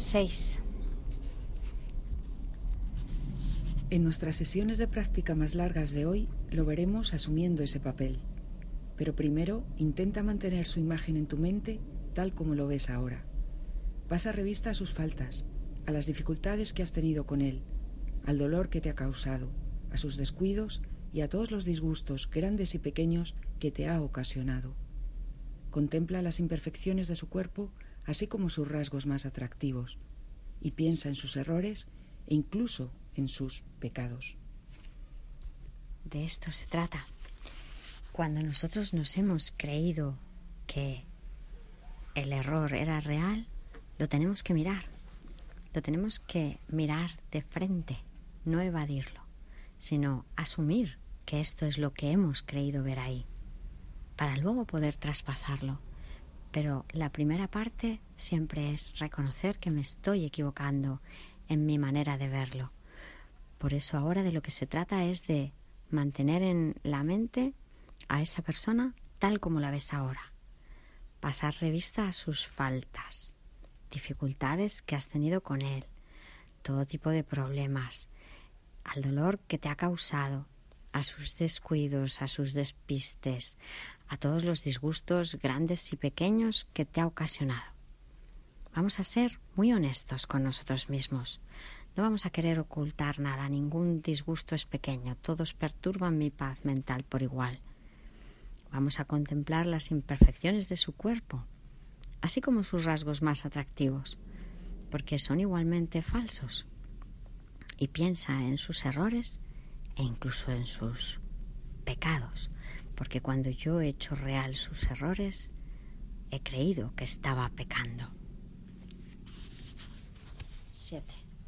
6. En nuestras sesiones de práctica más largas de hoy lo veremos asumiendo ese papel. Pero primero intenta mantener su imagen en tu mente tal como lo ves ahora. Pasa revista a sus faltas, a las dificultades que has tenido con él, al dolor que te ha causado, a sus descuidos y a todos los disgustos grandes y pequeños que te ha ocasionado. Contempla las imperfecciones de su cuerpo, así como sus rasgos más atractivos, y piensa en sus errores e incluso en sus pecados. De esto se trata. Cuando nosotros nos hemos creído que el error era real, lo tenemos que mirar. Lo tenemos que mirar de frente, no evadirlo, sino asumir que esto es lo que hemos creído ver ahí, para luego poder traspasarlo. Pero la primera parte siempre es reconocer que me estoy equivocando en mi manera de verlo. Por eso ahora de lo que se trata es de mantener en la mente a esa persona tal como la ves ahora. Pasar revista a sus faltas, dificultades que has tenido con él, todo tipo de problemas, al dolor que te ha causado, a sus descuidos, a sus despistes, a todos los disgustos grandes y pequeños que te ha ocasionado. Vamos a ser muy honestos con nosotros mismos. No vamos a querer ocultar nada, ningún disgusto es pequeño, todos perturban mi paz mental por igual. Vamos a contemplar las imperfecciones de su cuerpo, así como sus rasgos más atractivos, porque son igualmente falsos. Y piensa en sus errores e incluso en sus pecados, porque cuando yo he hecho real sus errores, he creído que estaba pecando. 7.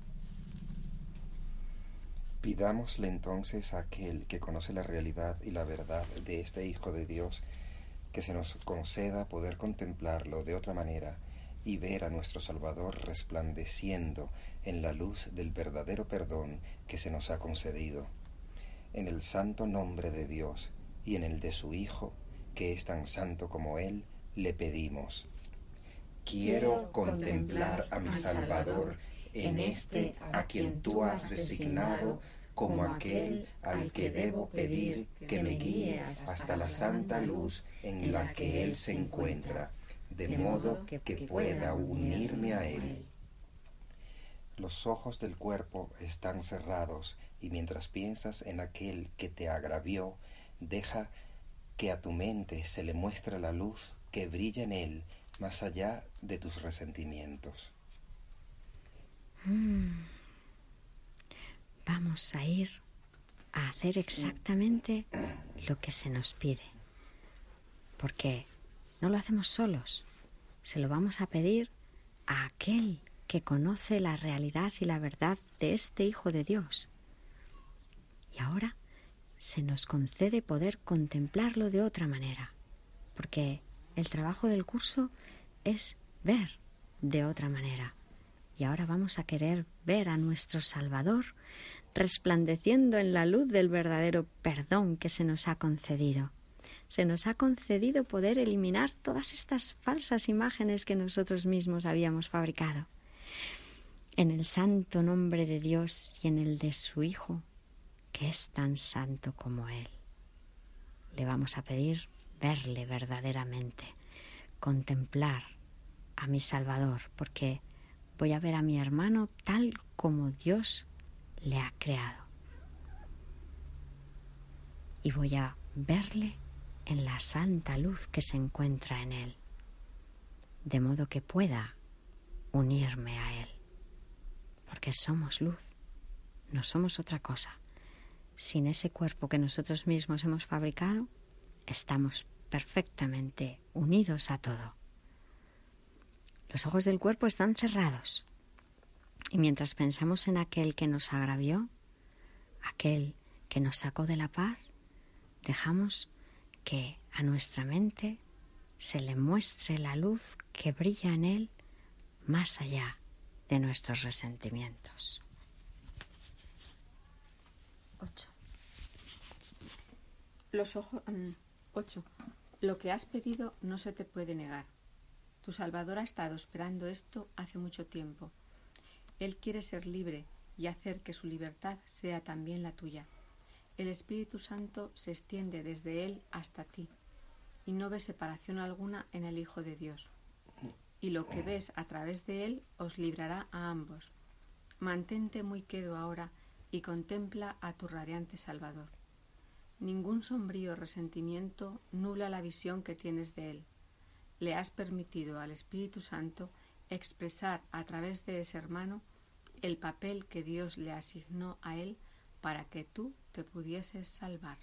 Pidámosle entonces a aquel que conoce la realidad y la verdad de este Hijo de Dios, que se nos conceda poder contemplarlo de otra manera y ver a nuestro Salvador resplandeciendo en la luz del verdadero perdón que se nos ha concedido. En el santo nombre de Dios y en el de su Hijo, que es tan santo como Él, le pedimos. Quiero contemplar a mi Salvador en este a quien tú has designado como aquel al que debo pedir que me guíe hasta la santa luz en la que Él se encuentra, de modo que pueda unirme a Él. Los ojos del cuerpo están cerrados y mientras piensas en aquel que te agravió, deja que a tu mente se le muestre la luz que brilla en él más allá de tus resentimientos. Vamos a ir a hacer exactamente lo que se nos pide, porque no lo hacemos solos, se lo vamos a pedir a aquel que conoce la realidad y la verdad de este Hijo de Dios. Y ahora se nos concede poder contemplarlo de otra manera, porque el trabajo del curso es ver de otra manera. Y ahora vamos a querer ver a nuestro Salvador resplandeciendo en la luz del verdadero perdón que se nos ha concedido. Se nos ha concedido poder eliminar todas estas falsas imágenes que nosotros mismos habíamos fabricado. En el santo nombre de Dios y en el de su Hijo, que es tan santo como Él, le vamos a pedir verle verdaderamente, contemplar a mi Salvador, porque voy a ver a mi hermano tal como Dios le ha creado. Y voy a verle en la santa luz que se encuentra en él, de modo que pueda unirme a él, porque somos luz, no somos otra cosa. Sin ese cuerpo que nosotros mismos hemos fabricado, estamos perfectamente unidos a todo. Los ojos del cuerpo están cerrados. Y mientras pensamos en aquel que nos agravió, aquel que nos sacó de la paz, dejamos que a nuestra mente se le muestre la luz que brilla en él más allá de nuestros resentimientos. 8. Los ojos... 8. Lo que has pedido no se te puede negar. Tu Salvador ha estado esperando esto hace mucho tiempo. Él quiere ser libre y hacer que su libertad sea también la tuya. El Espíritu Santo se extiende desde Él hasta ti y no ves separación alguna en el Hijo de Dios. Y lo que ves a través de Él os librará a ambos. Mantente muy quedo ahora y contempla a tu radiante Salvador. Ningún sombrío resentimiento nubla la visión que tienes de Él. Le has permitido al Espíritu Santo expresar a través de ese hermano el papel que Dios le asignó a Él para que tú te pudieses salvar.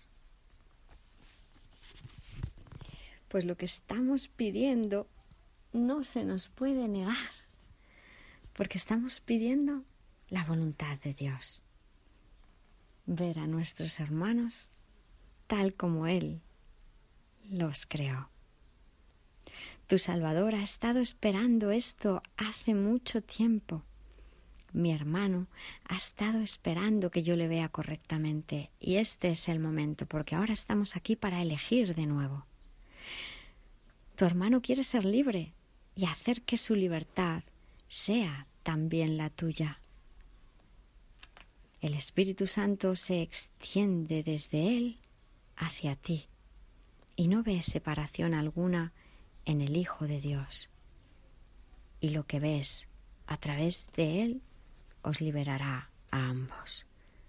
Pues lo que estamos pidiendo no se nos puede negar, porque estamos pidiendo la voluntad de Dios. Ver a nuestros hermanos tal como Él los creó. Tu Salvador ha estado esperando esto hace mucho tiempo. Mi hermano ha estado esperando que yo le vea correctamente y este es el momento, porque ahora estamos aquí para elegir de nuevo. Tu hermano quiere ser libre y hacer que su libertad sea también la tuya. El Espíritu Santo se extiende desde Él hacia ti y no ves separación alguna en el Hijo de Dios. Y lo que ves a través de Él os liberará a ambos.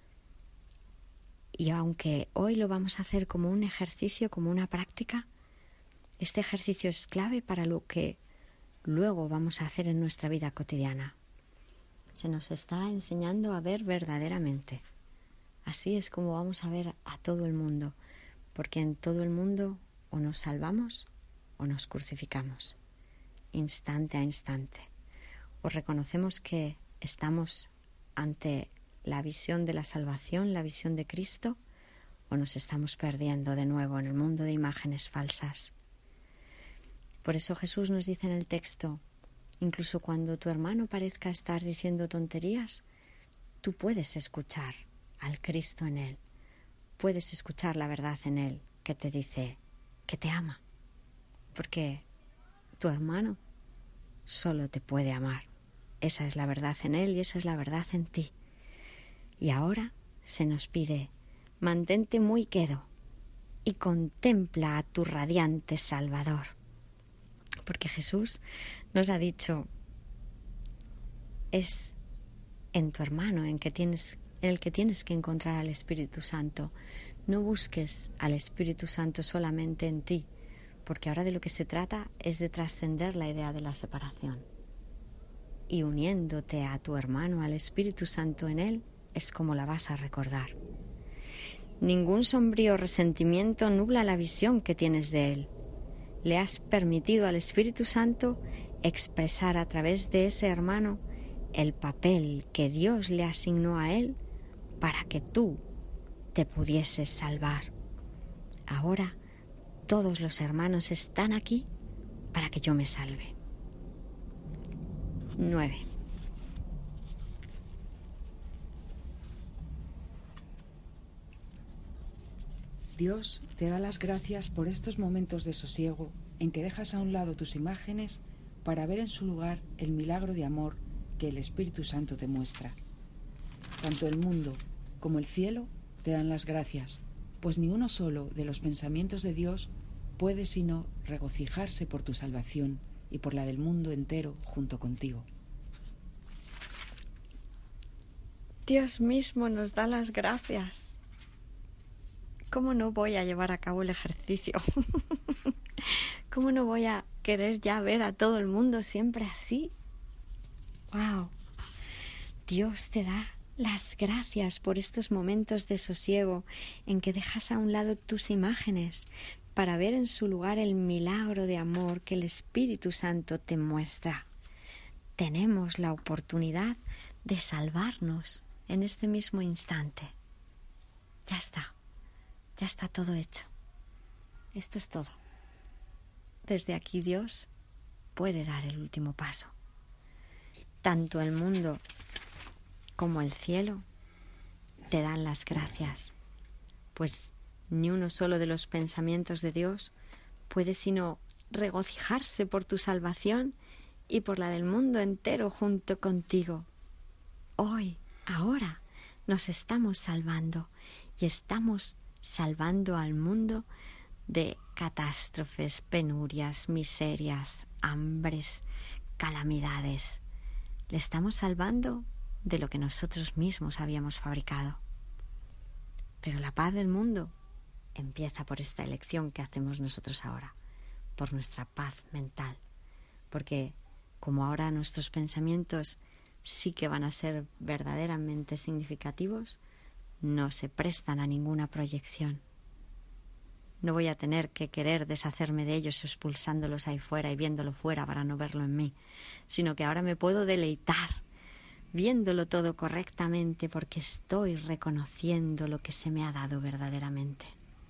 Y aunque hoy lo vamos a hacer como un ejercicio, como una práctica, este ejercicio es clave para lo que luego vamos a hacer en nuestra vida cotidiana. Se nos está enseñando a ver verdaderamente. Así es como vamos a ver a todo el mundo, porque en todo el mundo o nos salvamos o nos crucificamos, instante a instante. O reconocemos que estamos ante la visión de la salvación, la visión de Cristo, o nos estamos perdiendo de nuevo en el mundo de imágenes falsas. Por eso Jesús nos dice en el texto, incluso cuando tu hermano parezca estar diciendo tonterías, tú puedes escuchar al Cristo en él, puedes escuchar la verdad en él que te dice que te ama, porque tu hermano solo te puede amar. Esa es la verdad en él y esa es la verdad en ti. Y ahora se nos pide, mantente muy quedo y contempla a tu radiante Salvador. Porque Jesús nos ha dicho, es en tu hermano en el que tienes que encontrar al Espíritu Santo. No busques al Espíritu Santo solamente en ti, porque ahora de lo que se trata es de trascender la idea de la separación. Y uniéndote a tu hermano, al Espíritu Santo en él, es como la vas a recordar. Ningún sombrío resentimiento nubla la visión que tienes de él. Le has permitido al Espíritu Santo expresar a través de ese hermano el papel que Dios le asignó a él para que tú te pudieses salvar. Ahora todos los hermanos están aquí para que yo me salve. 9. Dios te da las gracias por estos momentos de sosiego en que dejas a un lado tus imágenes para ver en su lugar el milagro de amor que el Espíritu Santo te muestra. Tanto el mundo como el cielo te dan las gracias, pues ni uno solo de los pensamientos de Dios puede sino regocijarse por tu salvación y por la del mundo entero junto contigo. Dios mismo nos da las gracias. ¿Cómo no voy a llevar a cabo el ejercicio? ¿Cómo no voy a querer ya ver a todo el mundo siempre así? ¡Wow! Dios te da las gracias por estos momentos de sosiego en que dejas a un lado tus imágenes para ver en su lugar el milagro de amor que el Espíritu Santo te muestra. Tenemos la oportunidad de salvarnos en este mismo instante. Ya está todo hecho. Esto es todo. Desde aquí Dios puede dar el último paso. Tanto el mundo como el cielo te dan las gracias, pues ni uno solo de los pensamientos de Dios puede sino regocijarse por tu salvación y por la del mundo entero junto contigo. hoy, ahora, nos estamos salvando y estamos salvando al mundo de catástrofes, penurias, miserias, hambres, calamidades. Le estamos salvando de lo que nosotros mismos habíamos fabricado. Pero la paz del mundo empieza por esta elección que hacemos nosotros ahora, por nuestra paz mental. Porque como ahora nuestros pensamientos sí que van a ser verdaderamente significativos, no se prestan a ninguna proyección. No voy a tener que querer deshacerme de ellos expulsándolos ahí fuera y viéndolo fuera para no verlo en mí, sino que ahora me puedo deleitar viéndolo todo correctamente porque estoy reconociendo lo que se me ha dado verdaderamente.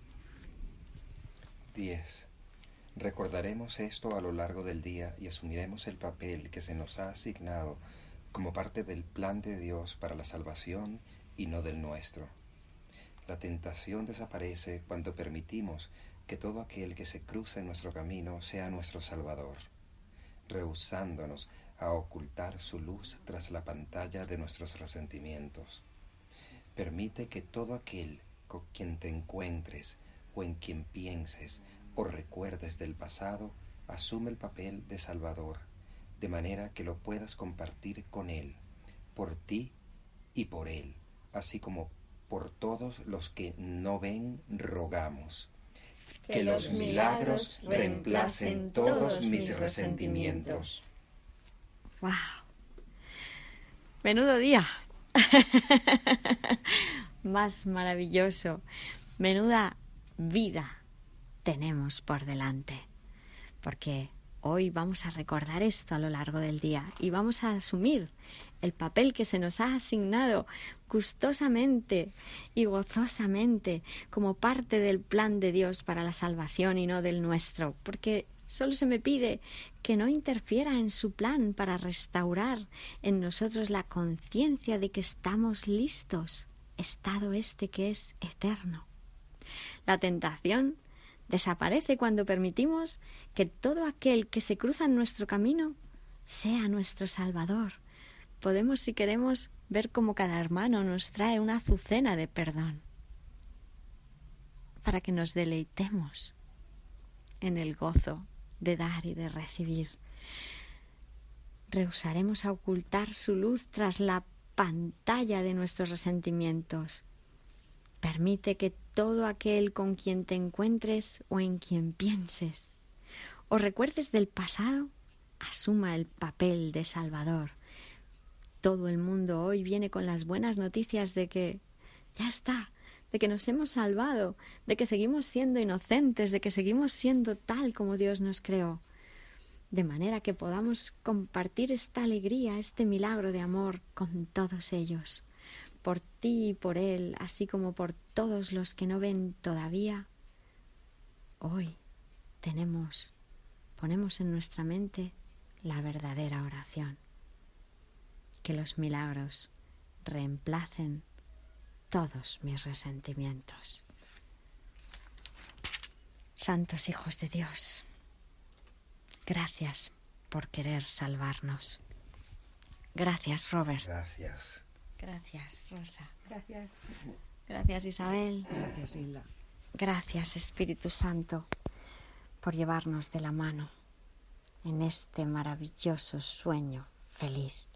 10. Recordaremos esto a lo largo del día y asumiremos el papel que se nos ha asignado como parte del plan de Dios para la salvación y no del nuestro. La tentación desaparece cuando permitimos que todo aquel que se cruza en nuestro camino sea nuestro Salvador, rehusándonos a ocultar su luz tras la pantalla de nuestros resentimientos. Permite que todo aquel con quien te encuentres o en quien pienses o recuerdes del pasado asume el papel de Salvador, de manera que lo puedas compartir con Él, por ti y por Él, así como por todos los que no ven, rogamos. Que los milagros reemplacen todos mis resentimientos. ¡Wow! ¡Menudo día! Más maravilloso. Menuda vida tenemos por delante. Porque hoy vamos a recordar esto a lo largo del día y vamos a asumir el papel que se nos ha asignado gustosamente y gozosamente como parte del plan de Dios para la salvación y no del nuestro, porque solo se me pide que no interfiera en su plan para restaurar en nosotros la conciencia de que estamos listos, estado este que es eterno. La tentación desaparece cuando permitimos que todo aquel que se cruza en nuestro camino sea nuestro Salvador. Podemos, si queremos, ver cómo cada hermano nos trae una azucena de perdón para que nos deleitemos en el gozo de dar y de recibir. Rehusaremos a ocultar su luz tras la pantalla de nuestros resentimientos. Permite que todo aquel con quien te encuentres o en quien pienses o recuerdes del pasado asuma el papel de Salvador. Todo el mundo hoy viene con las buenas noticias de que ya está, de que nos hemos salvado, de que seguimos siendo inocentes, de que seguimos siendo tal como Dios nos creó. De manera que podamos compartir esta alegría, este milagro de amor con todos ellos. Por ti y por Él, así como por todos los que no ven todavía, hoy ponemos en nuestra mente la verdadera oración. Que los milagros reemplacen todos mis resentimientos. Santos hijos de Dios, gracias por querer salvarnos. Gracias, Robert. Gracias. Gracias, Rosa. Gracias. Gracias, Isabel. Gracias, Hilda. Gracias, Espíritu Santo, por llevarnos de la mano en este maravilloso sueño feliz.